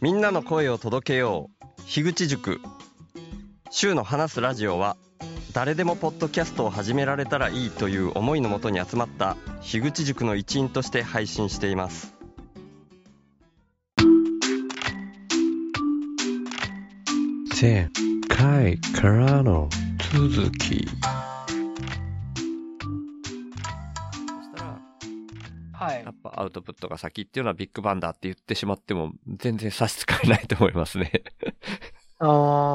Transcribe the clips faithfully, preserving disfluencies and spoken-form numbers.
みんなの声を届けよう。樋口塾。週の話すラジオは誰でもポッドキャストを始められたらいいという思いのもとに集まった樋口塾の一員として配信しています。 前回からの続き。 はい、 やっぱアウトプットが先っていうのはビッグバンだって言ってしまっても全然差し支えないと思いますね。 あ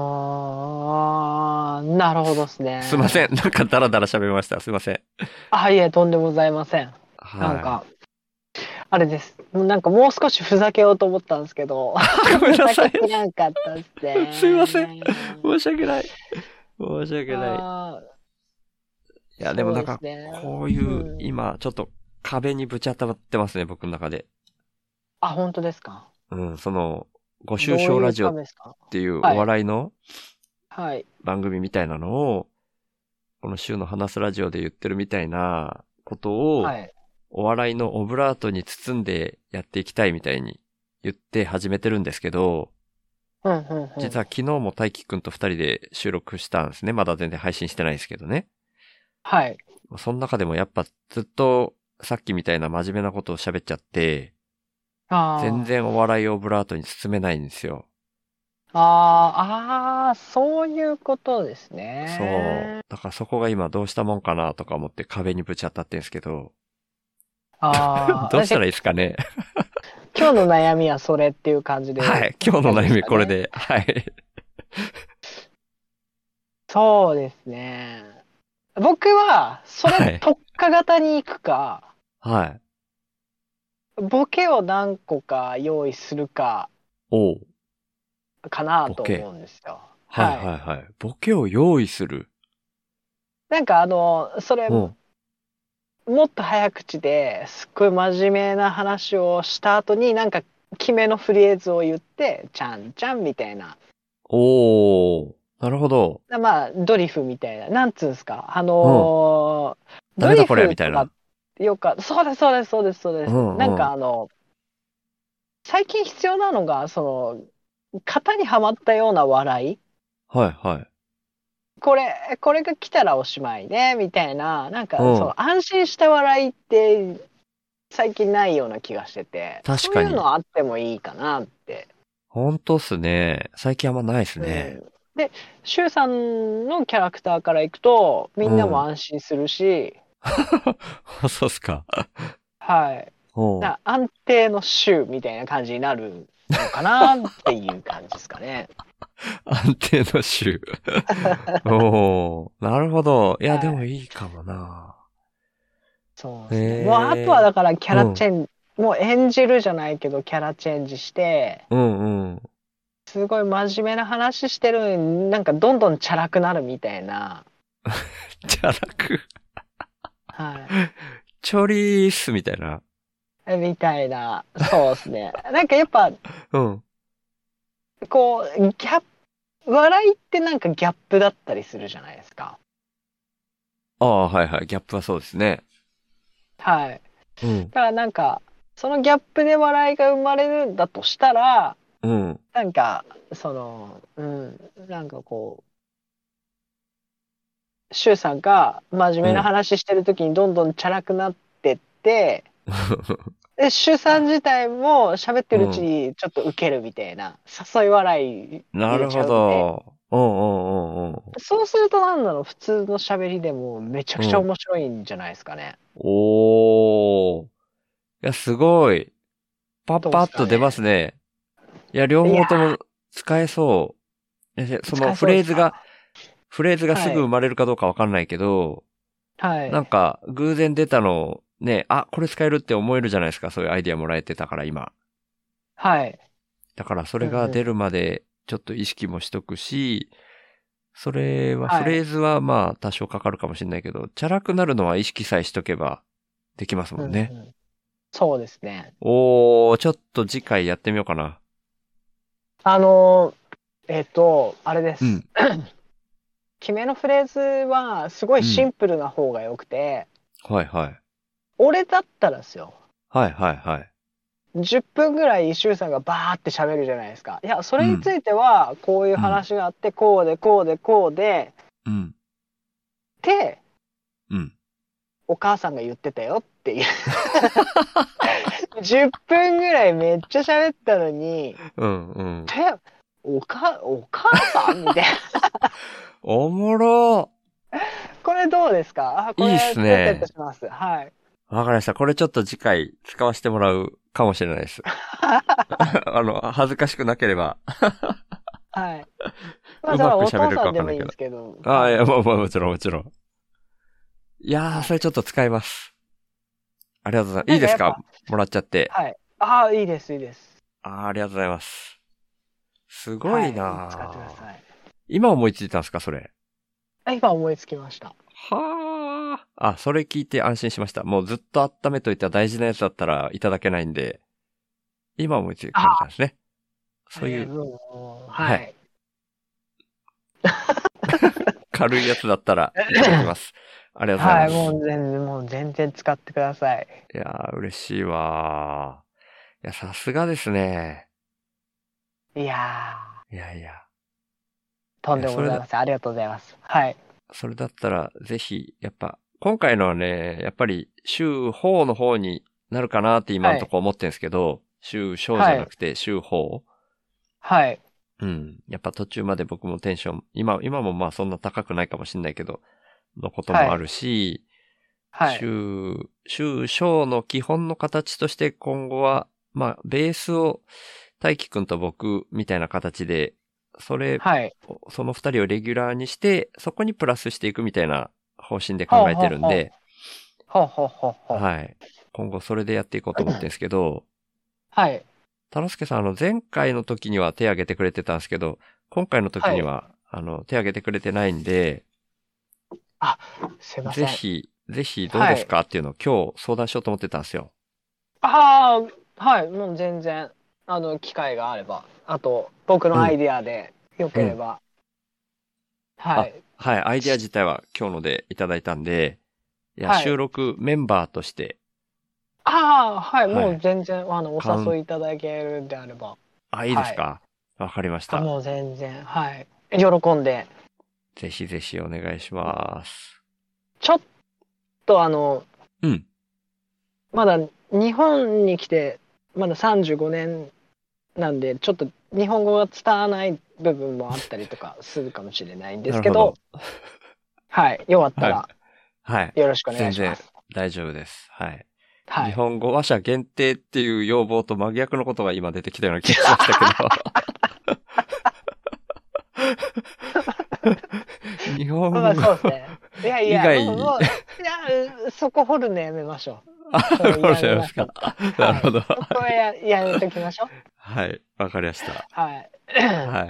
ー、なるほどですね。 すいません。なんかダラダラ喋りました。すいません。 あ、いえ、とんでもございません。 はい、 なんか、あれです。なんかもう少しふざけようと思ったんですけど、 ごめんなさい。 ふざけきらんかったっすね。 すいません。申し訳ない。申し訳ない。 あいや、でもなんか、 ね、 こういう、 うん、 今、ちょっと壁にぶち当たってますね、僕の中で。 あ、本当ですか。 うん、その、ご愁傷ラジオっていうお笑いの番組みたいなのを、この週の話すラジオで言ってるみたいなことを、お笑いのオブラートに包んでやっていきたいみたいに言って始めてるんですけど、 うんうんうん、 実は昨日も大輝くんと二人で収録したんですね。まだ全然配信してないですけどね。 はい。 その中でもやっぱずっとさっきみたいな真面目なことを喋っちゃって、全然お笑いオブラートに包めないんですよ。 あー、あー、そういうことですね。 そう。だからそこが今どうしたもんかなとか思って壁にぶち当たってんですけど。 あどうしたらいいですかね。 今日の悩みはそれっていう感じで、ね。 はい。今日の悩みこれで。はい。 そうですね。僕は、それ特化型に行くか、 はい。 ボケを何個か用意するか、 おう。 かなと思うんですよ。 はいはいはい。ボケを用意する。 なんかあの、それ、もっと早口ですっごい真面目な話をした後に、なんか決めのフレーズを言って、ちゃんちゃんみたいな。 おー。なるほど。 まあ、ドリフみたいな。なんつうんすか。あのー、 ドリフとかよか、そうです、そうです、そうです、そうです。うんうん、なんかあの、最近必要なのが、その、型にはまったような笑い。 はいはい。 これ、これが来たらおしまいね、みたいな、なんか、その安心した笑いって、最近ないような気がしてて、 確かに。 そういうのあってもいいかなって。 ほんとっすね。最近あんまないっすね。 うん、で、シュウさんのキャラクターからいくと、みんなも安心するし。 うん、そうっすか。 はい。安定のシュウみたいな感じになるのかなっていう感じですかね。 安定のシュウ。おー、なるほど。いや、はい、でもいいかもな。 そうですね。もうあとはだからキャラチェン、うん、もう演じるじゃないけどキャラチェンジして、 うんうん。 すごい真面目な話してるのになんかどんどんチャラくなるみたいな。 チャラくはい。 チョリースみたいな。 みたいな。そうですね。なんかやっぱ、 うん。 こう、ギャップ、笑いってなんかギャップだったりするじゃないですか。 ああ、はいはい。ギャップはそうですね。 はい。 うん。 だからなんか、そのギャップで笑いが生まれるんだとしたら、 うん。 なんか、その、うん、なんかこう、シュウさんが真面目な話してる時にどんどんチャラくなってって、うん、で、シュウさん自体も喋ってるうちにちょっとウケるみたいな、誘い笑い入れちゃうみたいな。なるほど。 うんうんうんうん。 そうするとなんだろう、普通の喋りでもめちゃくちゃ面白いんじゃないですかね。 うん、おー。いや、すごい。パッパッと出ますね。いや、両方とも使えそう。そのフレーズが、フレーズがすぐ生まれるかどうかわかんないけど、はい。なんか、偶然出たのね、あ、これ使えるって思えるじゃないですか。そういうアイディアもらえてたから、今。 はい。 だから、それが出るまで、ちょっと意識もしとくし、それは、フレーズはまあ、多少かかるかもしれないけど、チャラくなるのは意識さえしとけば、できますもんね。うんうん、 そうですね。 おー、ちょっと次回やってみようかな。 あの、えっと、あれです。うん、決めのフレーズは、すごいシンプルな方が良くて、 うん、はいはい。 俺だったらですよ。 はいはいはい。 じゅっぷんぐらいシュウさんがバーって喋るじゃないですか。いや、それについては、こういう話があって、こうで、こうで、こうで、 うん。 って、 うん。 お母さんが言ってたよっていう。じゅっぷんぐらいめっちゃ喋ったのに、 うんうん。 て、おか、お母さんみたいな。 おもろこれどうですか？あ、これいいっすプレゼンねトします。はい。 わかりました。これちょっと次回使わせてもらうかもしれないです。あの、恥ずかしくなければ。 はい。まあ、 うそれはまく喋れるお父さんでかわかんないけど。 もいいんですけど。 ああ、 はいいや、もう、もうもちろん、もちろん。いやー、 はいそれちょっと使います。ありがとうございます。いいですかなんかやっぱ、 もらっちゃって。 はい。ああ、いいです、いいです。 ああ、ありがとうございます。すごはい。 いな使ってくだーさい。 今思いついたんですかそれ。 あ、今思いつきました。 はあ。あ、それ聞いて安心しました。もうずっと温めといた大事なやつだったらいただけないんで、今思いつかれたんですね。そういう、 もう、 はい。 はい。 軽いやつだったらいただきます。ありがとうございはい、 ます。 もう全然、もう全然使ってください。 いやー、嬉しいわー。いや、さすがですね。 いやいやいや。 ー、とんでもございません。ありがとうございます。はい。 それだったら、ぜひ、やっぱ、今回のはね、やっぱり、週法の方になるかなって今のところ思ってるんですけど、週章じゃなくて、週法。 はい。 うん。やっぱ途中まで僕もテンション、今、今もまあそんな高くないかもしれないけど、のこともあるし、 はい。 週、週章の基本の形として今後は、まあ、ベースを、大輝くんと僕みたいな形で、それ、 はい。 その二人をレギュラーにして、そこにプラスしていくみたいな方針で考えてるんで、 ほうほうほうほう。 はい。今後それでやっていこうと思ってるんですけど、 はい。 たのすけさん、あの、前回の時には手挙げてくれてたんですけど、今回の時には、あの、手挙げてくれてないんで、 あ、すいません。 ぜひ、ぜひどうですかっていうのを今日相談しようと思ってたんですよ。 ああ、はい。もう全然、あの、機会があれば。あと、僕のアイうん。 ディアでよければ。はあ、 い。 はい。アイディア自体は今日のでいただいたんで、いや、 はい収録メンバーとして、 ああ、はい。もうはい。 全然、あの、おカウン、 誘いいただけるんであれば。 あ、いいではい。 すかわかりましあ、 た。 もう全然、はい。喜んで。 ぜひぜひお願いします。 ちょっとあの、 うん。 まだ日本に来て、まださんじゅうごねんなんで、ちょっと日本語が伝わらない部分もあったりとかするかもしれないんですけど、 なるほど。 はい。よかったはい。 らはい。 よろしくお願全然いします。 大丈夫です。はい。日はい。 本語話者限定っていう要望と真逆のことが今出てきたような気がしましたけど。日本語まあそうですね。いやいや、 以外もう、もういや、そこ掘るのやめましょあ、 う。そなるほど、 れやめまですか。 しょうか。 なるほど。 はい。そこはや、やめときましょう。 はい。わかりました。 はい。 はい。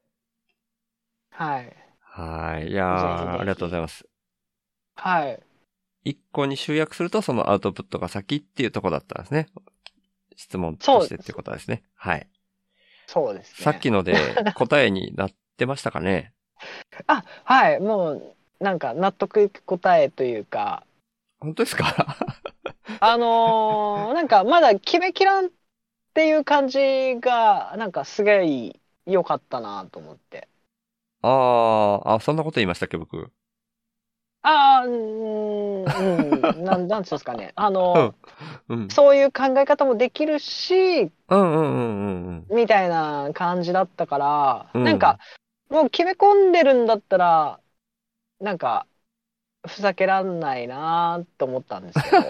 はい。 はい。いやぜひぜー、 ひありがとうございます。 はい。 一個に集約すると、そのアウトプットが先っていうところだったんですね。質問そうとしてってことですね。はい。 そうですね。 さっきので答えになってましたかね。 あ、はい。もう、なんか納得いく答えというか、 本当ですかあのーなんかまだ決めきらんっていう感じが、なんかすげえ良かったなと思って。 あー、あ、そんなこと言いましたっけ、僕。 ああ、うーん、うん、なん、なんつうんですかね。あの、 うん。 そういう考え方もできるし、 うんうんうんうんみたいな感じだったから、 うん。 なんか、もう決め込んでるんだったら、なんか、ふざけらんないなと思ったんですけど。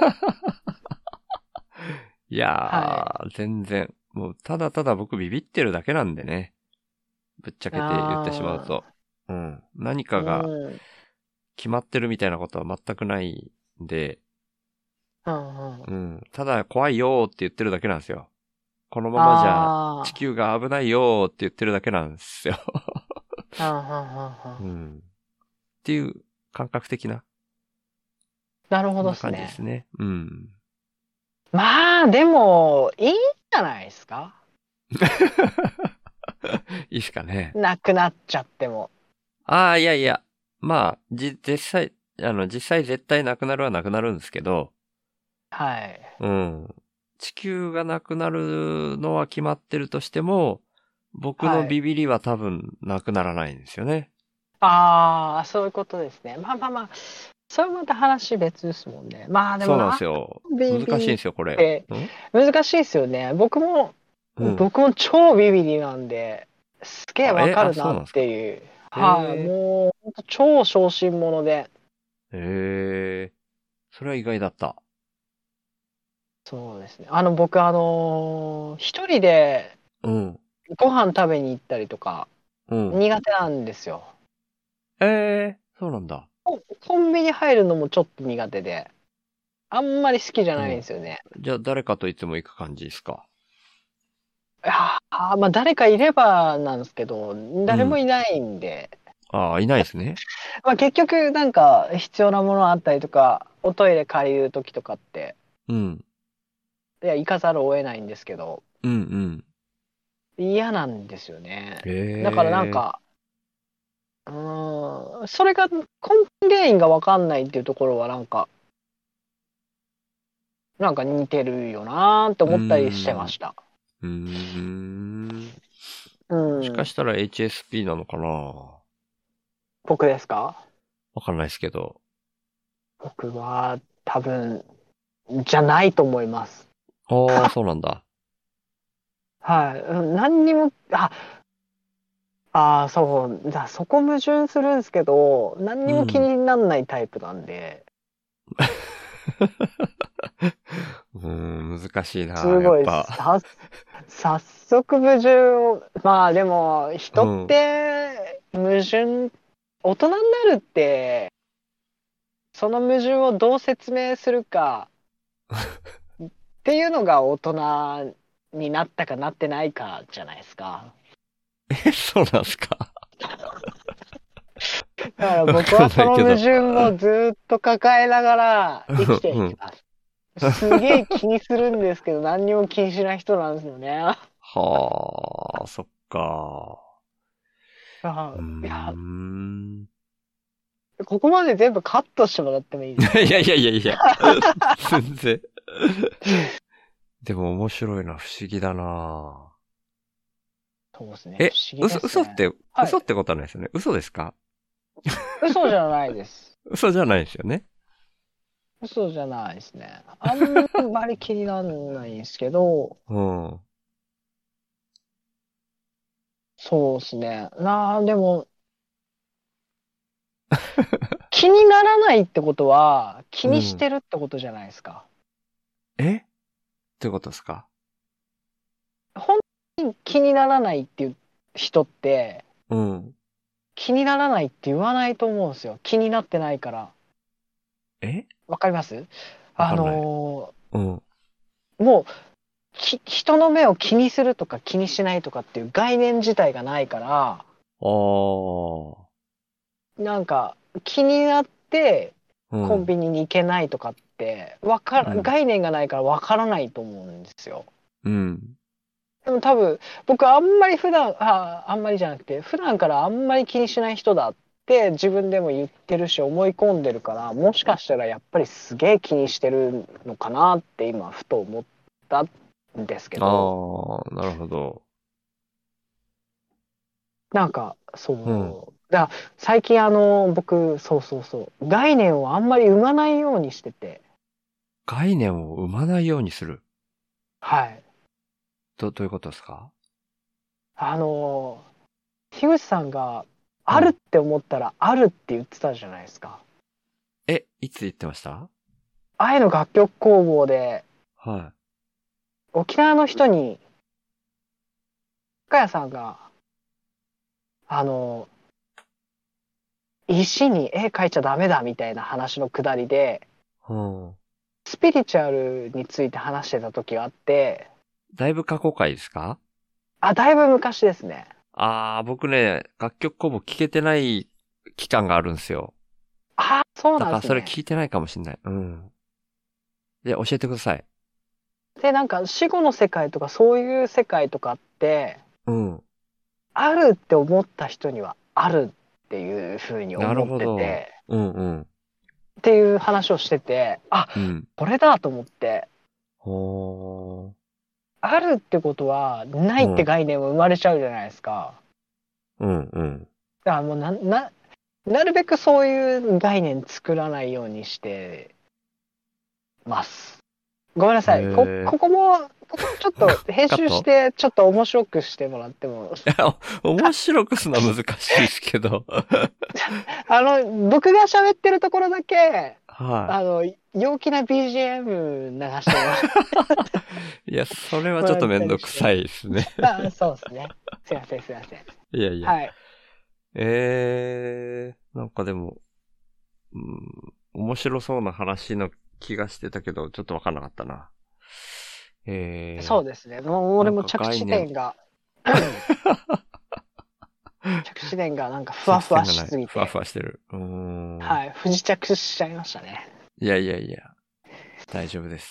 いやはー、全然。もう、ただただ僕ビビってるだけなんでね。ぶっちゃい。 けて言ってしまうと。うん。何かがうん。うん決まってるみたいなことは全くないんで、 うん。 うん。ただ怖いよーって言ってるだけなんですよ。このままじゃあ地球が危ないよーって言ってるだけなんですよ。 あ。 うん。っていう感覚的な、 なるほそんなどですね。 感じですね。うん。 まあ、でも、いいんじゃないですか？ いいっすかね。 なくなっちゃっても。 ああ、いやいや。まあ、じ、実際、あの、実際絶対なくなるはなくなるんですけど、 はい。 うん。 地球がなくなるのは決まってるとしても、僕のビビりは多分なくならないんですよね。 ああ、そういうことですね。まあまあまあ、それもまた話別ですもんね。まあでそうなんでもな、 すよ。 ビビっ難しいんですよ、これ。 てん難しいですよね。僕も、 うん。 僕も超ビビりなんで、すげえあ、 わえ、あ、 かるなっそうなんですか。 ていう。はい、 へえ。 もう、ほんと超小心者で。 へえ。それは意外だった。 そうですね。あの、僕あのー一人でうん。 ご飯食べに行ったりとかうん。 苦手なんですよ。 ええ、そうなんだ。 ココンビニ入るのもちょっと苦手で、あんまり好きじゃないんうん。 ですよね。 じゃあ誰かといつも行く感じですか？ いやーまあ誰かいればなんですけど、誰もうん。 いないんで、 ああ、いないですね。 まあ結局なんか必要なものあったりとか、おトイレ借りる時とかって、 うん。 いや、行かざるを得ないんですけど、 うんうん。 嫌なんですよね。 へだからなんえ。 か、うーん、それが根本原因がわかんないっていうところはなんか、なんか似てるよなーってうー思ったりしてまん。 した。 うーん。 うもしかん。 したら エイチエスピー なのかな？わ僕ですか？ かんないですけど。 僕は多分、じゃないと思います。 ああ、そうなんだ。 はい。うん何にも、あ、あー、そう。だそこ矛盾するんですけど、何にも気うん。 にならないタイプなんで、 うーん、難しいな、 すごい、 やっぱ。 さ、早速矛盾を、まあでも、人っうん。 て矛盾、大人になるって、その矛盾をどう説明するかっていうのが大人になったかなってないかじゃないですか。 え、そうなんすか？ だからわか僕はそのんないけど。 矛盾をずっと抱えながら生きてうん。 いきます。すげえ気にするんですけど、何にも気にしない人なんですよね。 はあ、そっか。 あうーいや、 ん。 ここまで全部カットしてもらってもいいですか？ いやいやいやいや。全然。でも面白いな、不思議だな。 そうですね。 え、 不思議嘘、 ですね。 嘘って、 はい。 嘘ってことはないですよね。嘘ですか？ 嘘じゃないです。 嘘じゃないですよね。 嘘じゃないですね。あんまり気にならないんですけど、 うん。 そうですね。なあ、でも、気にならないってことは、気にしうん。 てるってことじゃないですか。 えってことですか？ 本当に気にならないっていう人って、 うん。 気にならないって言わないと思うんですよ。気になってないから。 えわかります？あわかんない。 のうん。 ーもう、き人の目を気にするとか気にしないとかっていう概念自体がないから、 ああ。 なんか気になってコンうん。 ビニに行けないとかってわからうん。 概念がないからわからないと思うんですよ。 うん。 でも多分僕あんまり普段ああんまりじゃなくて普段からあんまり気にしない人だって自分でも言ってるし思い込んでるからもしかしたらやっぱりすげえ気にしてるのかなって今ふと思ったんですけあど、 あ、なるほど。 なんかうん。 そうだから最近あの僕そうそうそう概念をあんまり生まないようにしてて、 概念を生まないようにする。 はい。 ど、どういうことですか？ あの、樋口さんがあるっうん。 て思ったらあるって言ってたじゃないですか。 え、いつ言ってました？ 愛の楽曲工房では沖縄の人に深谷さんがあの石に絵描いちゃダメだみたいな話のくだりでい。うん。 スピリチュアルについて話してた時があって、 だいぶ過去回ですか？ あ、だいぶ昔ですね。 ああー、僕ね、楽曲工房聞けてない期間があるんですよ。 あ、そうだからそれなんですね。 聞いてないかもしんない。うん。で、教えてください。 で、なんか死後の世界とかそういう世界とかってうん。 あるって思った人にはあるっていうふうになる思っほど。 てて、 うんうん。 っていう話をしてて、あ、 うん。 これだと思って、 ほー。 あるってことは、ないって概念も生まれちゃうじゃないですか。 うんうん。 だからもうな、な、なるべくそういう概念作らないようにしてます。ごめんなさい。こ、 へー。 ここも、ここもちょっと編集しカットて、ちょっと面白くしてもらっても。 いや、面白くすのは難しいですけど。 あの、僕が喋ってるところだけ、 はあの、陽気な ビージーエム 流してい。いや、それはもらっちょっとめんたりして。 どくさいですね。 あ、そうですね。すいません、すいません。 いやいや。 はい。 えー、なんかでも、うん、面白そうな話の気がしてたけど、ちょっとわかんなかったな。えー、 そうですね。もう俺も着地点が、着地点がなんかふわふわしすぎふわて、 ふわしてる。うーん。 はい、不時着しちゃいましたね。 いやいやいや、大丈夫です。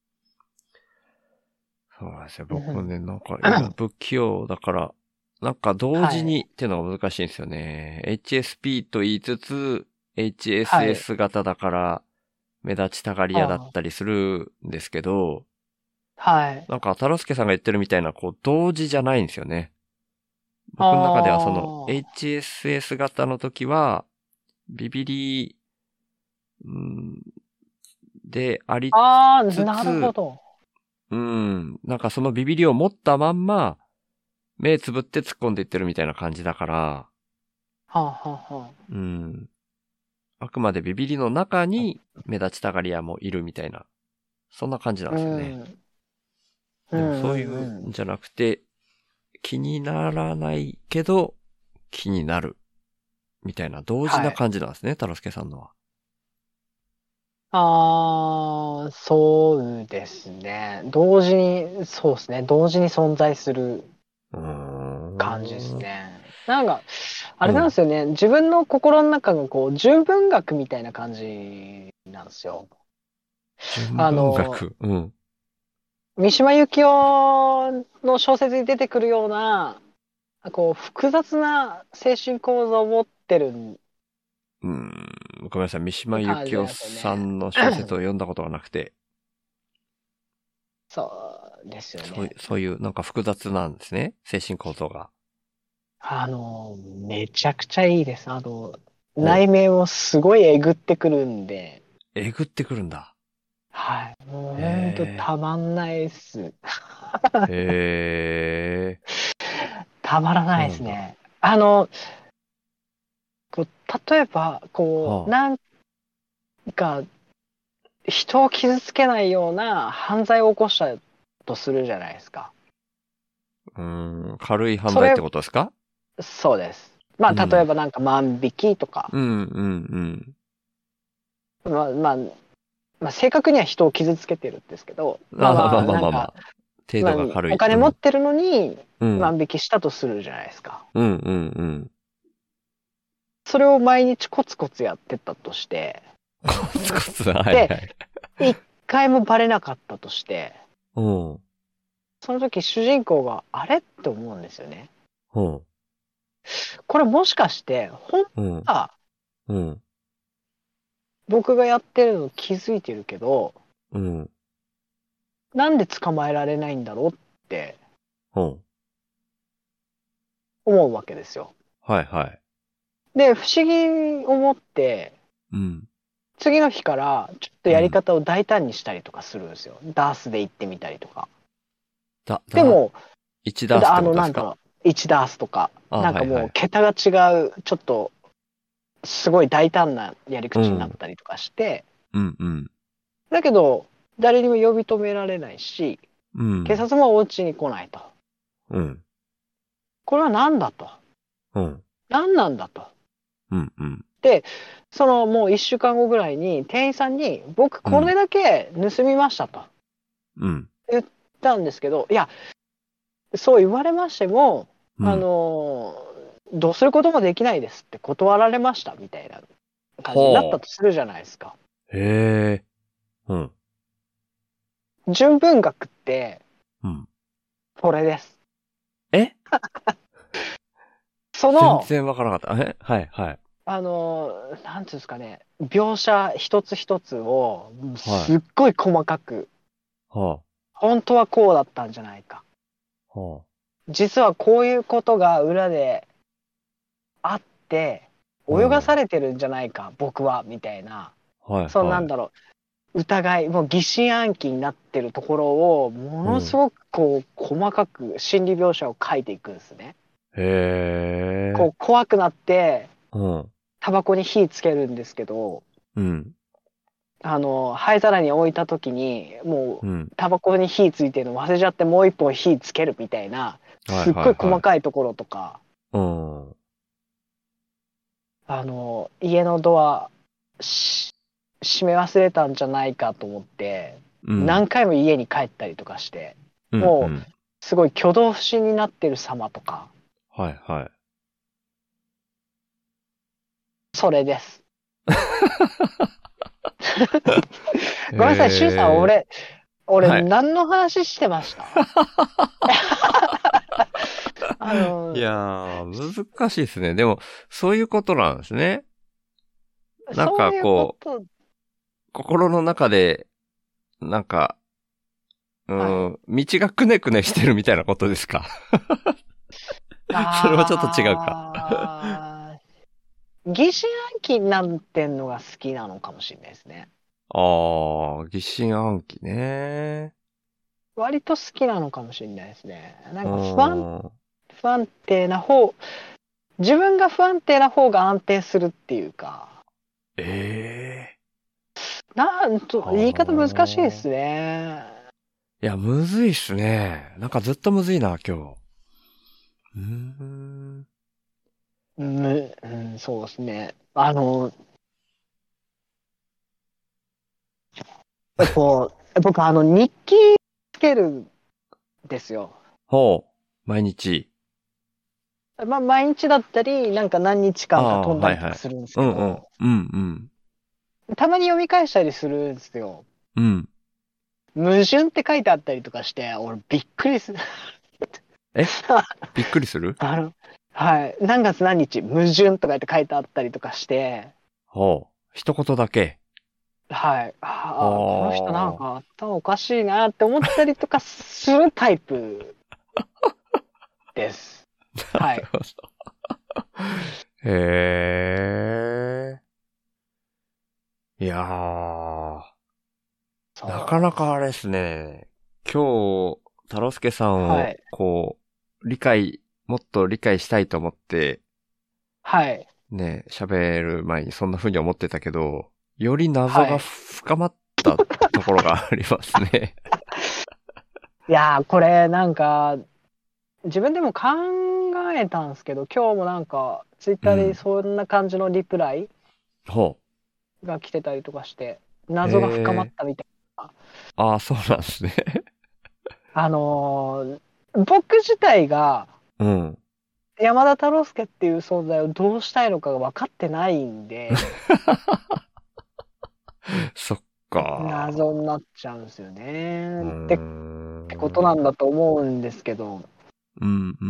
そうなんですよ。僕ね、なんか今不器用だから、なんか同時にっていうのが難しいんですよね。エイチエスピー と言いつつ、エイチエスエス 型だから目立ちたがり屋だったりするんですけど、 はい。 なんか、タロスケさんが言ってるみたいな、こう、同時じゃないんですよね。僕の中ではその、 あーエイチエスエス 型の時は、ビビリ、うんでありあー、 つなるほつ、 ど。 うん、なんかそのビビリを持ったまんま、目つぶって突っ込んでいってるみたいな感じだから、 はあ、はあはあ、 うん、あくまでビビリの中に目立ちたがり屋もいるみたいな、そんな感じなんですよね。 うん。 でもそういんうんじゃなくて、気にならないけど、気になる。みたいな同時な感じなんですね、太郎介さんのは。 ああ、そうですね。同時に、そうですね。同時に存在するうーん。 感じですね。なんか、あれなんうん。 ですよね。自分の心の中がこう、純文学みたいな感じなんですよ。 純あの、 文学。うん。 三島由紀夫の小説に出てくるような、こう、複雑な精神構造を持ってるうーん。ごめんなさい。三島由紀夫感じなんですよね。 さんの小説を読んだことがなくて、 そうですよそういう、 ね。 そういうなんか複雑なんですね。精神構造が。 あの、めちゃくちゃいいです。あの、 ほう。 内面をすごいえぐってくるんで、 えぐってくるんだ。 はい。もうほんとへたまんないっす。 え。へえ。 たまらないでそうなんだ。 すね。あの、こう例えば、こう、 はなんか、人を傷つけないような犯罪を起こしたとするじゃないですか。 あ。うーん。軽い犯それ、 罪ってことですか？ そうです。まあ、例えうん。 ばなんか万引きとか、 うん、うん、うん。 まあ、まあ、まあ、正確には人を傷つけてるんですけど、まああ、まあまあ、なんか、 まあまあまあ。程まあ、 度が軽い。 お金うん。 持ってるのにうん。 万引きしたとするじゃないですか。 うん、うん、うん。 それを毎日コツコツやってたとして、 コツコツ、はいはで、 い。 一回もバレなかったとして、 うん。 その時主人公があれって思うんですよね。 うん。 これもしかして、本うん。 当はうん。 僕がやってるの気づいてるけど、 うん。 なんで捕まえられないんだろうってうん。 思うわけですよ。 はいはい。 で、不思議に思って、 うん。 次の日からちょっとやりうん。 方を大胆にしたりとかするんですよ。ダースで行ってみたりとか。 だ、だ、 でも、 一ダースってあの、 ことですか？ なんだろう、いちダースとか、 あ、 なんかもうはいはい。 桁が違う、ちょっと、すごい大胆なやり口になっうん。 たりとかして、 うんうん。 だけど、誰にも呼び止められないし、 うん。 警察もお家に来ないと。 うん。 これは何だと。 うん。 何なんだと。 うんうん。 で、そのもう一週間後ぐらいに店員さんに、僕これだけ盗みましたとうん。 言ったんですけど、いや、そう言われましても、あうん。 の、どうすることもできないですって断られましたみたいな感じになったほとするじゃないですか。 う。へえ。うん。 純文学ってうん。 これです。 えその、 全然わからなかった。えはいはい。 あの、なんていうんですかね、描写一つ一つをはい。 すっごい細かくは本当はこうだったんじゃないか。 あ。は実はこういうことが裏であって、泳がされてるんじゃないか、僕は、みたいな。 あ。はい。 そうなはい。 んだろう。疑い、もう疑心暗鬼になってるところを、ものすごくこう、細かく心理描写を書いていくんですね。 へえ。 こう、怖くなって、 うん。 タバコに火つけるんですけど、 うん。 あの、灰皿に置いた時に、もう、 うん。 タバコに火ついてるの忘れちゃってもう一本火つけるみたいな、 はいすっごい細はいはい。 かいところとか、 うん。 あの、家のドア、し閉め忘れたんじゃないかと思って、 うん。 何回も家に帰ったりとかして、 うん。うもう、 ん。 すごい挙動不審になってる様とか、 はいはい。 それです。ごめんなさい、シュウさん、 へえ。 俺、俺、 はい。 何の話してましたあの、 いやー、難しいですね。でも、そういうことなんですね。なんかそういうここう、 と、 心の中で、なんか、うはい。 ーん、道がくねくねしてるみたいなことですか。それはちょっと違うか。 あー、疑心暗鬼になってんのが好きなのかもしれないですね。 あー、疑心暗鬼ね。 割と好きなのかもしれないですね。なうんか不安、 ーん。 不安定な方、自分が不安定な方が安定するっていうか、 ええなんと、 ー。 言い方難しいではすね。 いや、むずいっすね。なんかずっとむずいな、今日。うーん。 む、うん、そうですね。あの、こう、僕あの日記つけるんですよ。 ほう。毎日。 まあ、毎日だったり、なんか何日間かああ、 飛んだりとはいはい。 かするんですうんうん。 けど、 うんうん。 たまに読み返したりするんですよ。 うん。 矛盾って書いてあったりとかして、俺びっくりする。 えびっくりする。 あの、はい。何月何日、矛盾とかって書いてあったりとかして、 ほう。一言だけ。 はい。ああ、この人なんほか頭おかしいなって思ったりとかするタイプです。 う。なはい。 るほど。へえ。いやー。 そう。 なかなかあれですね。今日、太郎介さんを、 はい。 こう、理解、もっと理解したいと思って、 はい。 ね、喋る前にそんな風に思ってたけど、より謎がはい。 深まったところがありますね。 いやー、これなんか、自分でも考えたんですけど、今日もなんか、ツイッターでうん。 そんな感じのリプライほが来てたりとかして、 う。へ謎が深まっえ。 たみたいな。 ああ、そうなんですね。 あのー僕自体がうん。 山田太郎介っていう存在をどうしたいのかが分かってないんで、 そっか。 謎になっちゃうんですようーね。ってってことん。 なんだと思うんですけど、 うん、うん、うん。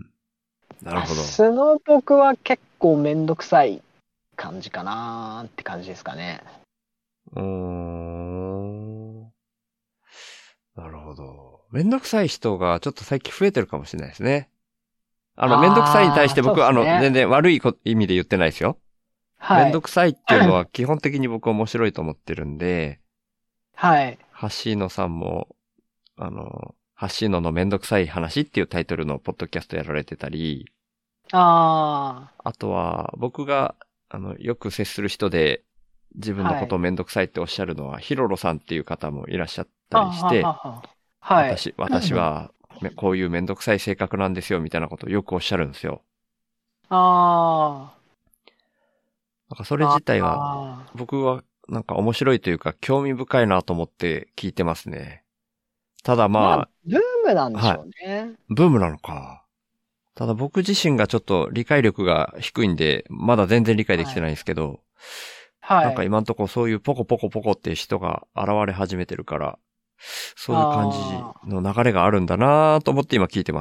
なるほど。 素の僕は結構めんどくさい感じかなーって感じですかね。 うーん。なるほど。めんどくさい人がちょっと最近増えてるかもしれないですね。あの、めんどくさいに対しああ、そうでて僕は、あの、 すね。 全然悪いこ意味で言ってないですよ。めはい。 んどくさいっていうのは基本的に僕は面白いと思ってるんで、 はい。 ハッシーノさんも、あの、ハッシーノのめんどくさい話っていうタイトルのポッドキャストやられてたり、 ああとは僕が、あの、よく接する人で自あ、はい。 分のことをめんどくさいっておっしゃるのは、ヒロロさんっていう方もいらっしゃったあははりして、 は。はい。 私、私は、めこういうめんどくさい性格なんですよ、みたいなことをよくおっしゃるんですよ。 あなんかそれあ、 自体は、 ああ。 僕はなんか面白いというか興味深いなと思って聞いてますね。ただまあ、 まブームなんあ、 でしはい。 ょうね。 ブームなのか。ただ僕自身がちょっと理解力が低いんで、まだ全然理解できはい。 てないんですけど、なんかはい。 今んとこそういうポコポコポコっていう人が現れ始めてるから、そういう感じああ。 の流れがあるんだなと思って今聞いてます。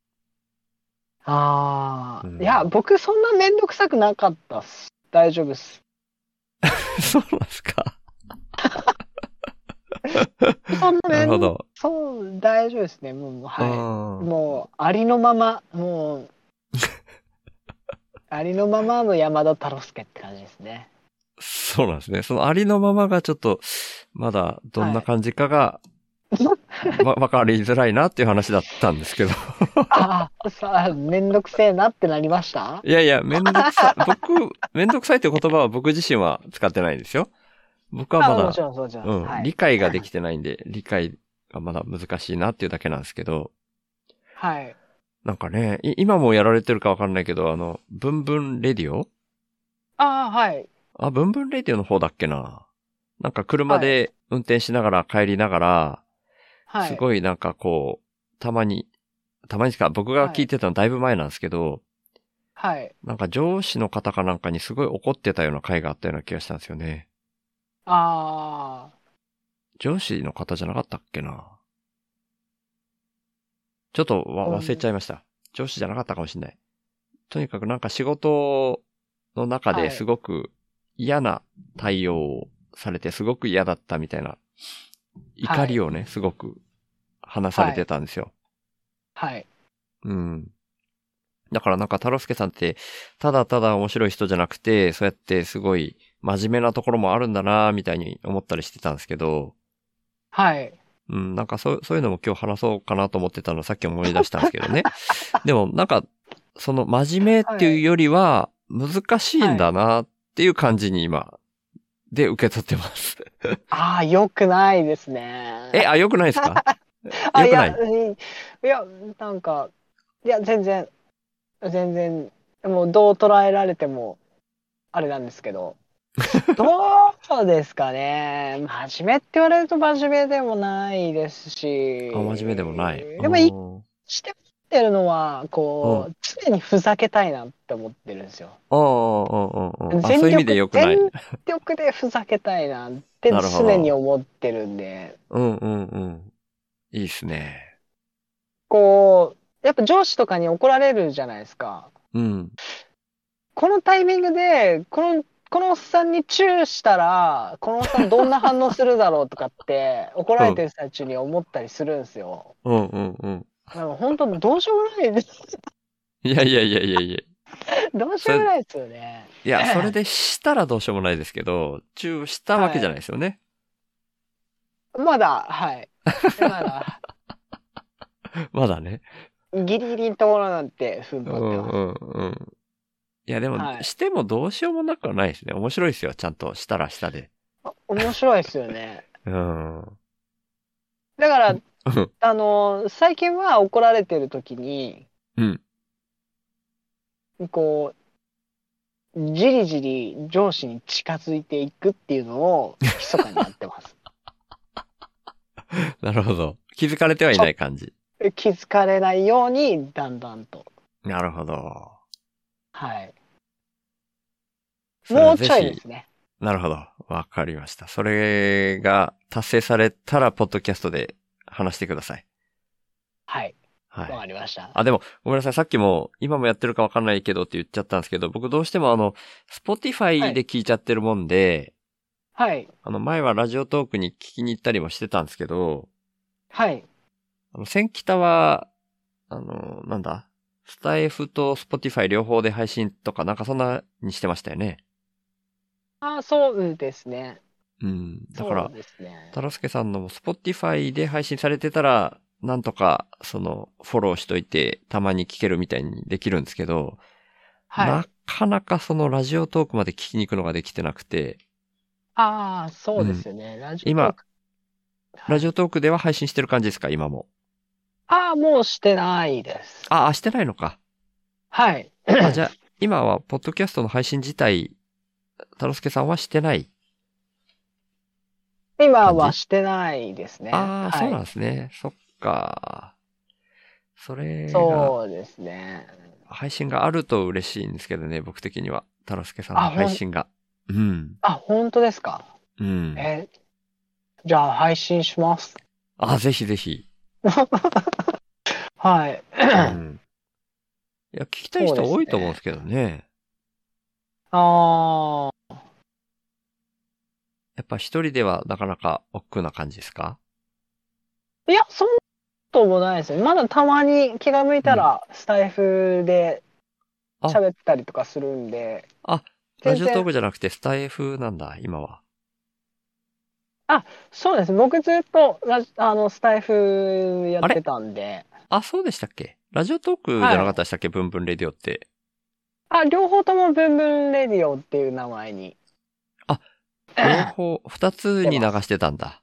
うああ。いや、 ん。 僕そんなめんどくさくなかったっす。大丈夫っす。 そうなんですか。 そんな面なるほど。 そう、大丈夫ですね。もう、はい。 うんもう、ありのまま、もう、ありのままの山田太郎介って感じですね。 そうなんですね。そのありのままがちょっと、まだどんな感じかが、わ、わかりづらいなっていう話だったんですけど。 ああ、さあ、めんどくせえなってなりました？ いやいや、めんどくさい。僕、めんどくさいっていう言葉は僕自身は使ってないんですよ。僕はまあ、もちだ、 ろん、もちろん。 うん、 はい。 理解ができてないんで、理解がまだ難しいなっていうだけなんですけど、 はい。 なんかね、い今もやられてるかわかんないけど、あの、ブンブンレディオああ、はい。 あ、ブンブンレディオの方だっけな。なんか車はい。 で運転しながら帰りながら、 はい。 すごいなんかこう、たまに、たまにしか僕がはい。 聞いてたのだいぶ前なんですけど、 はい。 なんか上司の方かなんかにすごい怒ってたような回があったような気がしたんですよね。 あ上司の方じゃなかったっけな。ちょっとわあ、う忘れちゃいん。 ました。上司じゃなかったかもしれない。とにかくなんか仕事の中ではい。 すごく嫌な対応をされてすごく嫌だったみたいな怒はい。 りをね、すごく話されはい。 てたんですよ。 はい。 うん。だからなんか太郎介さんってただただ面白い人じゃなくて、そうやってすごい真面目なところもあるんだなみたいに思ったりしてたんですけど、 はい。 うん、なんかそう、そういうのも今日話そうかなと思ってたのをさっき思い出したんですけどね。でもなんか、その真面目ってはい。 いうよりは難しいんはい。 だなっていう感じに今、で受け取ってます。 ああ、よくないですえ、 ね。 あ、良くないですか？ あ、いや、 良くない？ うんいや、なんか、いや、全然、全然、もうどう捉えられても、あれなんですけど、どうですかね。真面目って言われると真面目でもないですし、 あ、真面目でもない。うでも一ん。 して思ってるのは、 うん。 こう、常にふざけたいなって思ってるんですよ。 ああ、うんうんうん。あ、そういう意味で全力、 良くない。 全力でふざけたいなってなるほ常にど。 思ってるんで、 うんうんうん。いいっすね。 こう、やっぱ上司とかに怒られるじゃないですか。 うん。 このタイミングで、この、このおっさんにチューしたら、このおっさんどんな反応するだろうとかって、怒られてうん。 る最中に思ったりするんですよ。 うんうんうん。 でも本当どうしようもないです。 いやいやいやいやいや。 どうしそれ、 ようもないですよね。 いや、それでしたらどうしようもないですけど、チューしたわけじゃないはい。 ですよね。 まだ、はい。まだ、 まだね。 ギリギリのところなんて踏んう張ってます。 んうんうん。いやでも、 はい。 してもどうしようもなくはないですね。面白いですよ。ちゃんとしたらしたで。 あ面白いですよね。 うん。 だから、 うん。 あの、最近は怒られてる時に、 うん。 こう、じりじり上司に近づいていくっていうのを、密かにやってます。 なるほど。気づかれてはいちょっない感じ。 と気づかれないように、だんだんと。 なるほど。 はい。 それはもうちょいでぜひ、 すね。 なるほど。わかりました。それが達成されたら、ポッドキャストで話してください。 はい。わかはい。 りました。 あ、でも、ごめんなさい。さっきも、今もやってるかわかんないけどって言っちゃったんですけど、僕どうしてもあの、 は Spotify でい。 聞いちゃってるもんで、 はい。 あの、前はラジオトークに聞きに行ったりもしてたんですけど、 はい。 あの、千北は、あの、なんだスタイフと Spotify 両方で配信とか、なんかそんなにしてましたよね。 あ、そうですね。 うん。だから、 そうですね。 タロスケさんのも Spotify で配信されてたら、なんとか、その、フォローしといて、たまに聞けるみたいにできるんですけど、なはい。 かなかそのラジオトークまで聞きに行くのができてなくて、 ああ、そうでうん。 すよね。ラジオトー今、 ク。はい。 ラジオトークでは配信してる感じですか、今も？ ああ、もうしてないです。 あ、あ、してないのか。 はい。 あ、じゃあ、今は、ポッドキャストの配信自体、タロスケさんはしてない今感じ？ はしてないですね。 ああ、そうなんはい。 ですね。そっか。それが、 そうですね。 配信があると嬉しいんですけどね、僕的には。タロスケさんのあ、ほん、 配信が。うん。 あ、本当ですか？ うん。 え、じゃあ配信します。 あ、ぜひぜひ。 はい。 うん。いや、聞きたいそうで人多いと思うんですね。 すけどね。 ああ、 やっぱ一人ではなかなか億劫な感じですか？ いや、そんなこともないですよ。まだたまに気が向いたら、スタイフであ、 喋ったりとかするんで、 あ、ラ全然ジオトークじゃなくてスタイフなんだ、今は。 そうです。僕ずっとラジ、あの、スタイフやあれってたんで、 あ、そうでしたっけ？ラジオトークじゃなかはい。 ったでしたっけ？ブンブンレディオって。 あ、両方ともブンブンレディオっていう名前にあ、両方、二つに流出ます。 してたんだ。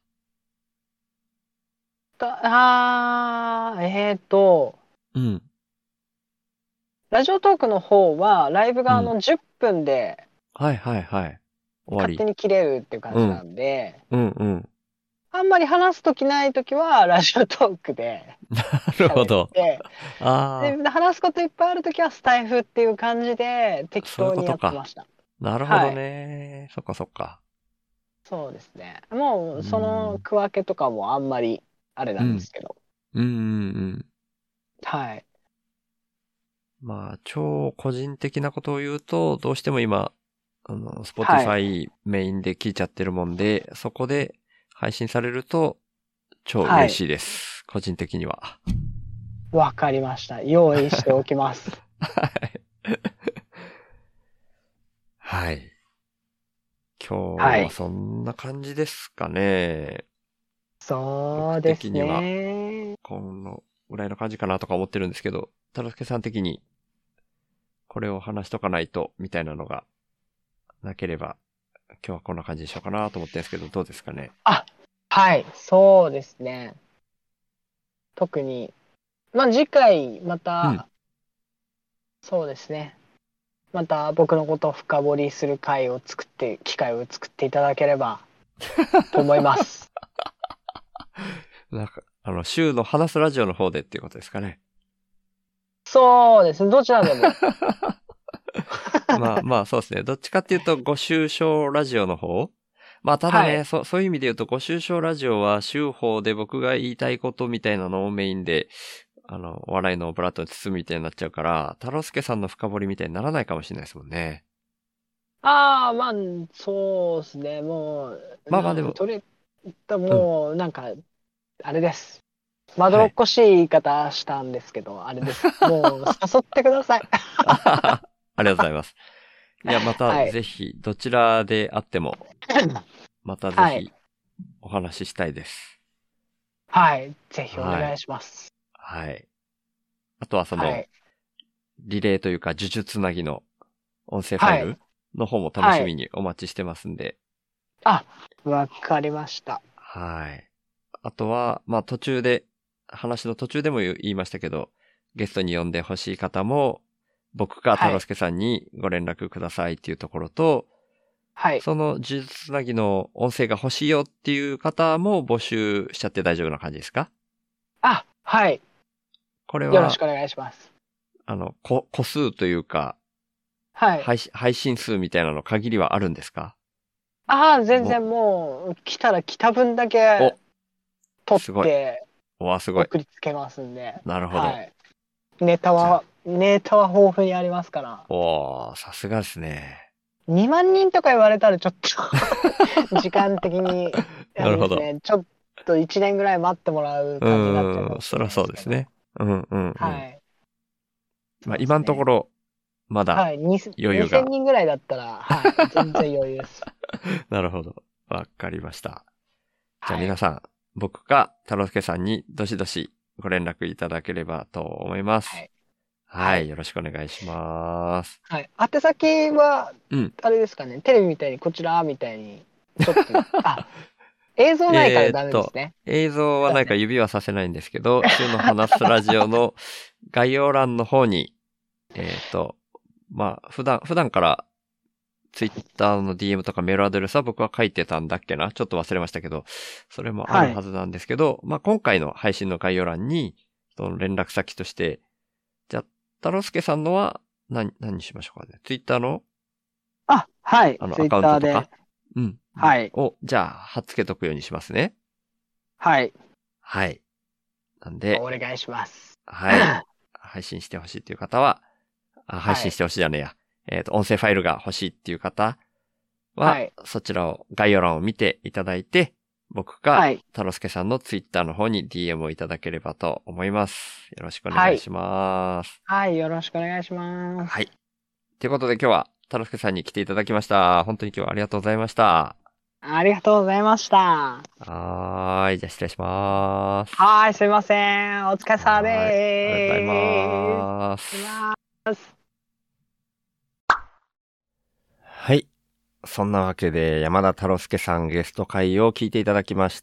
たあー、えーと、 うん。 ラジオトークの方は、ライブうん。 があのじゅっぷんではいはいはい。終わり。 勝手に切れるっていう感うん。 じなんで、 うんうん。 あんまり話すときないときは、ラジオトークでなるほ喋っど。 て、 あで、話すこといっぱいあるときは、スタイフっていう感じであ、そういう適当にやってことか。 ました。 なるほどはい。 ね。そっかそっか。 そうですね。もうう、そのん。 区分けとかもあんまり、あれなんでうん。 すけど。 うんうんうん。 はい。 まあ、超個人的なことを言うと、どうしても今、あの、 はい。 Spotify メインで聞いちゃってるもんで、そこで配信されると超はい。 嬉しいです。個人的には。 わかりました。用意しておきます。 はい。はい。今日ははい。 そんな感じですかね。僕そうです的には、 ね。 このぐらいの感じかなとか思ってるんですけど、たろすけさん的にこれを話しとかないと、みたいなのがなければ、今日はこんな感じにしようかなと思ってるんですけど、どうですかね。 あ、はい。そうですね。特に、まあ、次回、まうん。 た、そうですね。また僕のことを深掘りする会を作って、機会を作っていただければと思います。 なんか、あの、週の話すラジオの方でっていうことですかね。 そうですね。どちらでも。 まあまあそうですね。どっちかっていうと、ご愁傷ラジオの方。まあただね、 はい。 そ、そういう意味で言うと、ご愁傷ラジオは週報で僕が言いたいことみたいなのをメインで、あの、お笑いのオブラートに包むみたいになっちゃうから、太郎介さんの深掘りみたいにならないかもしれないですもんね。 ああ、まあ、そうですね。もう、な、 まあまあでも、 とり、 うん。 もう、なんか、あれです。まどろはい。 っこしい言い方したんですけど、あれです。もう、誘ってください。 あははありがとうございます。いや、またはい。 ぜひ、どちらであっても、またぜはい。 ひお話ししたいです。 はい。ぜひお願いはい。 します。 はい。あとはその、 はい。 リレーというか、呪術つなぎの音声ファイはい。 ルの方も楽はい。 しみにお待ちしてますんで。 あ、わかりました。 はい。あとは、まあ途中で、話の途中でも言いましたけど、ゲストに呼んでほしい方も、僕か太はい。 郎介さんにご連絡くださいっていうところと、 はい。 その呪術つなぎの音声が欲しいよっていう方も募集しちゃって大丈夫な感じですか？ あ、はい。 これは、 よろしくお願いします。 あの、こ、個数というか、 はい。 配信、配信数みたいなの限りはあるんですか？ ああ、全も然もう、来たら来た分だう、 けお、 取っすごい。 ておわ、すごい。 送りつけますんで。 なるほど。 はい。ネタじゃあ、 は、ネタは豊富にありますから。 おー、さすがですね。 にまん人とか言われたらちょっと時間的に、あなるほど。 れですね。ちょっといちねんぐらい待ってもらうう感じになっちゃうかーん、 もしれなそらいですけど。 そうですね。うんうんうん。 はい。 まあ今そうですね。 のところ、まだはい。ににせん余裕が。 人ぐらいだったら、はい。全然余裕です。 なるほど。わかりました。じゃあはい。 皆さん、僕か太郎介さんにどしどしご連絡いただければと思います。 はい。ははい。 い。 よろしくお願いします。 はい。宛先は、 うん。 あれですかね。テレビみたいにこちらみたいに、ちょっと、あ、映像ないからダえーっと、 メですね。 映像はなんかすいません。 指はさせないんですけど、週の話すラジオの概要欄の方に、えーっと、まあ、普段、普段からツイッターの ディーエム とかメールアドレスは僕は書いてたんだっけなちょっと忘れましたけど、それもあはい。 るはずなんですけど、まあ、今回の配信の概要欄に、その連絡先として、じゃあ、太郎介さんのは何、何にしましょうかね。ツイッターの、 あ、はい。 あの、 ツイッアカウントとか、 ターで。 うん。 はい。 を、じゃあ、貼っつけとくようにしますね。 はい。 はい。なんで、 お願いします。 はい。配信してほしいという方は、あ配はい。 信してほしいじゃねえや。えっと、音声ファイルが欲しいっていう方は、 はいそちらを、概要欄を見ていただいて、僕か、 はい太郎介さんのツイッターの方に ディーエム をいただければと思います。よろしくお願いします。 はい、よろしくお願いします。 はい。ということで今日は太郎介さんに来ていただきました。本当に今日はありがとうございました。 ありがとうございました。 はーい。じゃあ失礼します。 はい、すいません。お疲れ様ではーい。ありがとうございーます。 す。ますはい。そんなわけで、山田太郎介さんゲスト会を聞いていただきました。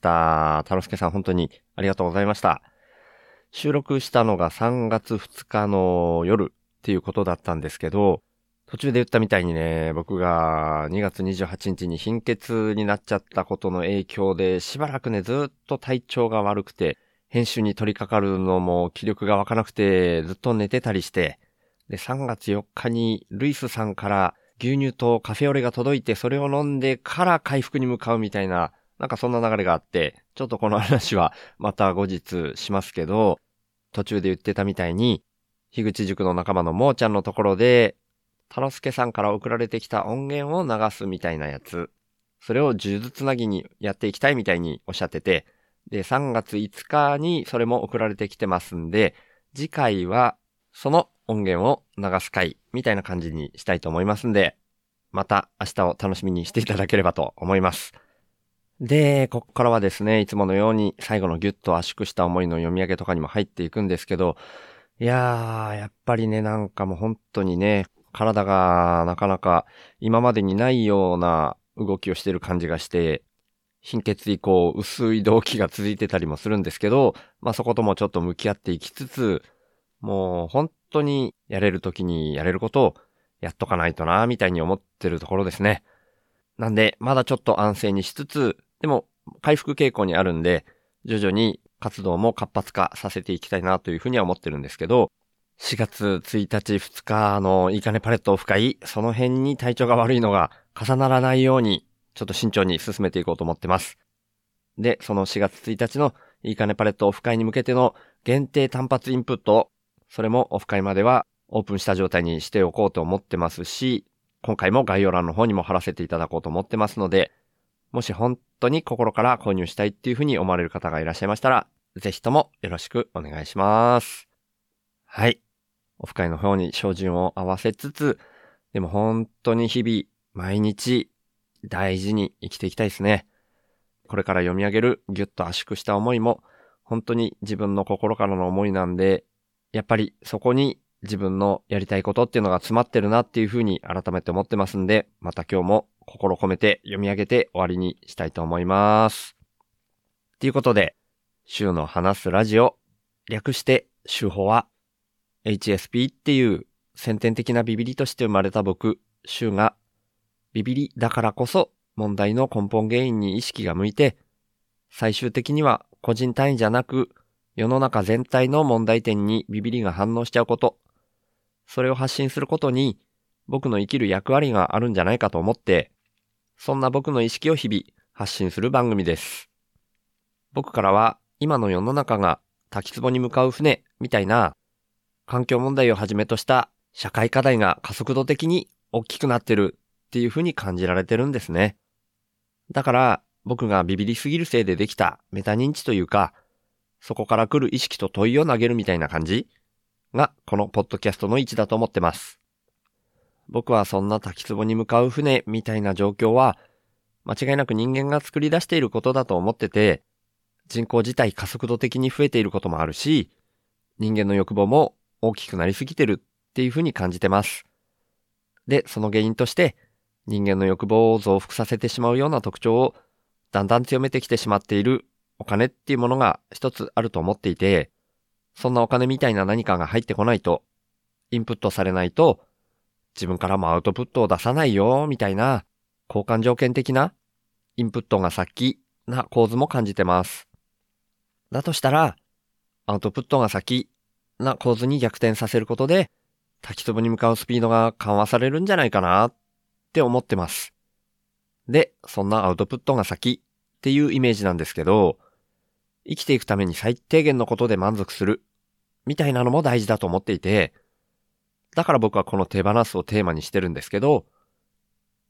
太郎介さん本当にありがとうございました。収録したのがさんがつふつかの夜っていうことだったんですけど、途中で言ったみたいにね、僕がにがつにじゅうはちにちに貧血になっちゃったことの影響で、しばらくね、ずっと体調が悪くて、編集に取り掛かるのも気力が湧かなくて、ずっと寝てたりして、で、さんがつよっかにルイスさんから牛乳とカフェオレが届いて、それを飲んでから回復に向かうみたいな、なんかそんな流れがあって、ちょっとこの話はまた後日しますけど、途中で言ってたみたいに、樋口塾の仲間のもーちゃんのところで、太郎介さんから送られてきた音源を流すみたいなやつ、それを数珠つなぎにやっていきたいみたいにおっしゃってて、で、さんがついつかにそれも送られてきてますんで、次回はその音源を流す回みたいな感じにしたいと思いますんで、また明日を楽しみにしていただければと思います。で、ここからはですね、いつものように最後のギュッと圧縮した思いの読み上げとかにも入っていくんですけど、いやー、やっぱりね、なんかもう本当にね、体がなかなか今までにないような動きをしてる感じがして、貧血以降薄い動悸が続いてたりもするんですけど、まあそこともちょっと向き合っていきつつ、もう本当にやれる時にやれることをやっとかないとな、みたいに思ってるところですね。なんで、まだちょっと安静にしつつ、でも回復傾向にあるんで、徐々に活動も活発化させていきたいなというふうには思ってるんですけど、しがつついたちふつかのいいかねパレットオフ会、その辺に体調が悪いのが重ならないように、ちょっと慎重に進めていこうと思ってます。で、そのしがつついたちのいいかねパレットオフ会に向けての限定単発インプット、それもオフ会まではオープンした状態にしておこうと思ってますし、今回も概要欄の方にも貼らせていただこうと思ってますので、もし本当に心から購入したいっていうふうに思われる方がいらっしゃいましたら、ぜひともよろしくお願いします。はい。オフ会の方に照準を合わせつつ、でも本当に日々、毎日、大事に生きていきたいですね。これから読み上げるギュッと圧縮した思いも、本当に自分の心からの思いなんで、やっぱりそこに自分のやりたいことっていうのが詰まってるなっていうふうに改めて思ってますんで、また今日も心込めて読み上げて終わりにしたいと思います。ということで、週の話すラジオ、略して週報は、エイチエスピー っていう先天的なビビリとして生まれた僕、週が、ビビリだからこそ問題の根本原因に意識が向いて、最終的には個人単位じゃなく、世の中全体の問題点にビビリが反応しちゃうこと、それを発信することに僕の生きる役割があるんじゃないかと思って、そんな僕の意識を日々発信する番組です。僕からは今の世の中が滝壺に向かう船みたいな環境問題をはじめとした社会課題が加速度的に大きくなってるっていう風に感じられてるんですね。だから僕がビビりすぎるせいでできたメタ認知というか、そこから来る意識と問いを投げるみたいな感じがこのポッドキャストの位置だと思ってます。僕はそんな滝壺に向かう船みたいな状況は間違いなく人間が作り出していることだと思ってて、人口自体加速度的に増えていることもあるし、人間の欲望も大きくなりすぎてるっていうふうに感じてます。で、その原因として人間の欲望を増幅させてしまうような特徴をだんだん強めてきてしまっているお金っていうものが一つあると思っていて、そんなお金みたいな何かが入ってこないと、インプットされないと、自分からもアウトプットを出さないよ、みたいな、交換条件的な、インプットが先な構図も感じてます。だとしたら、アウトプットが先な構図に逆転させることで、滝壺に向かうスピードが緩和されるんじゃないかなって思ってます。で、そんなアウトプットが先っていうイメージなんですけど、生きていくために最低限のことで満足するみたいなのも大事だと思っていて、だから僕はこの手放すをテーマにしてるんですけど、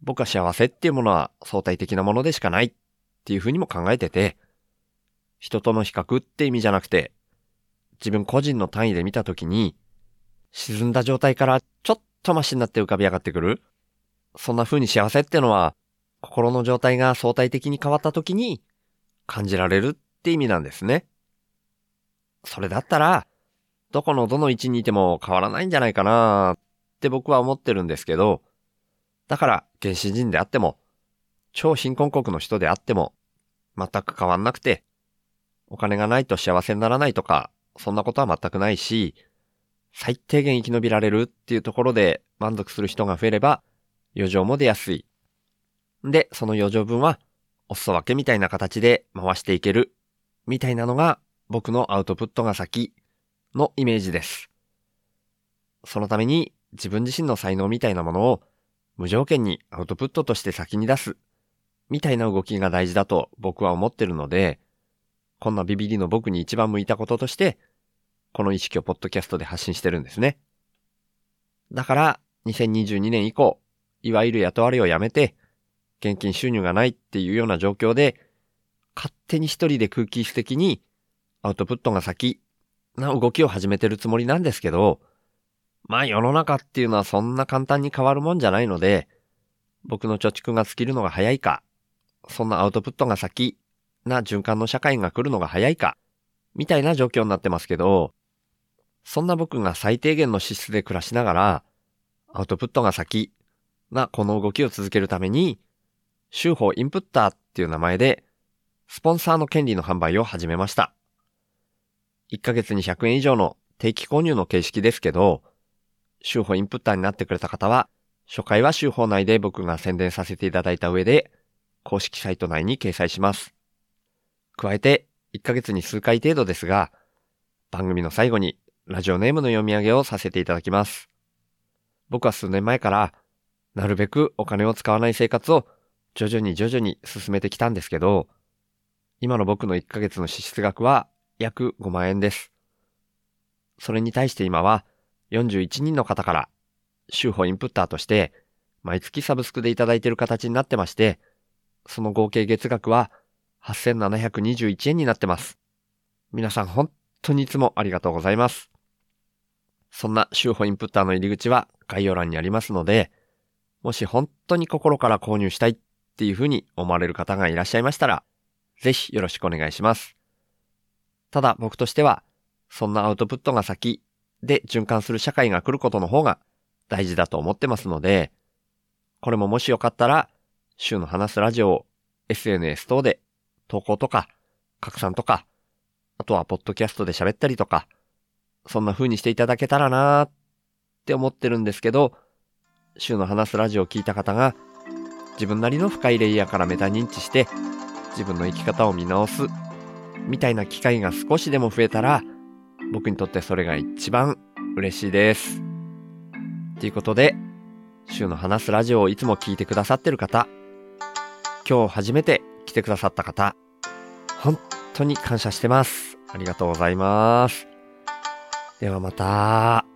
僕は幸せっていうものは相対的なものでしかないっていうふうにも考えてて、人との比較って意味じゃなくて、自分個人の単位で見たときに、沈んだ状態からちょっとマシになって浮かび上がってくる。そんな風に幸せってのは、心の状態が相対的に変わったときに感じられるって意味なんですね。それだったら、どこのどの位置にいても変わらないんじゃないかなって僕は思ってるんですけど、だから原始人であっても、超貧困国の人であっても、全く変わんなくて、お金がないと幸せにならないとか、そんなことは全くないし、最低限生き延びられるっていうところで満足する人が増えれば、余剰も出やすい。で、その余剰分は、お裾分けみたいな形で回していける、みたいなのが僕のアウトプットが先のイメージです。そのために自分自身の才能みたいなものを無条件にアウトプットとして先に出す、みたいな動きが大事だと僕は思ってるので、こんなビビリの僕に一番向いたこととして、この意識をポッドキャストで発信してるんですね。だから、にせんにじゅうにねん以降、いわゆる雇われをやめて、現金収入がないっていうような状況で、勝手に一人で空気質的にアウトプットが先な動きを始めてるつもりなんですけど、まあ世の中っていうのはそんな簡単に変わるもんじゃないので、僕の貯蓄が尽きるのが早いか、そんなアウトプットが先な循環の社会が来るのが早いか、みたいな状況になってますけど、そんな僕が最低限の資質で暮らしながら、アウトプットが先なこの動きを続けるために、週報インプッターっていう名前で、スポンサーの権利の販売を始めました。いっかげつにひゃくえん以上の定期購入の形式ですけど、週報インプッターになってくれた方は、初回は週報内で僕が宣伝させていただいた上で、公式サイト内に掲載します。加えて、いっかげつに数回程度ですが、番組の最後にラジオネームの読み上げをさせていただきます。僕は数年前から、なるべくお金を使わない生活を徐々に徐々に進めてきたんですけど、今の僕のいっかげつの支出額は約ごまんえんです。それに対して今はよんじゅういちにんの方から週報インプッターとして毎月サブスクでいただいている形になってまして、その合計月額ははっせんななひゃくにじゅういちえんになってます。皆さん本当にいつもありがとうございます。そんな週報インプッターの入り口は概要欄にありますので、もし本当に心から購入したいっていうふうに思われる方がいらっしゃいましたら、ぜひよろしくお願いします。ただ僕としては、そんなアウトプットが先で循環する社会が来ることの方が大事だと思ってますので、これももしよかったら、週の話すラジオを エスエヌエス 等で投稿とか拡散とか、あとはポッドキャストで喋ったりとか、そんな風にしていただけたらなーって思ってるんですけど、週の話すラジオを聞いた方が自分なりの深いレイヤーからメタ認知して自分の生き方を見直すみたいな機会が少しでも増えたら、僕にとってそれが一番嬉しいです。ということで、週の話すラジオをいつも聞いてくださってる方、今日初めて来てくださった方、本当に感謝してます。ありがとうございます。ではまた。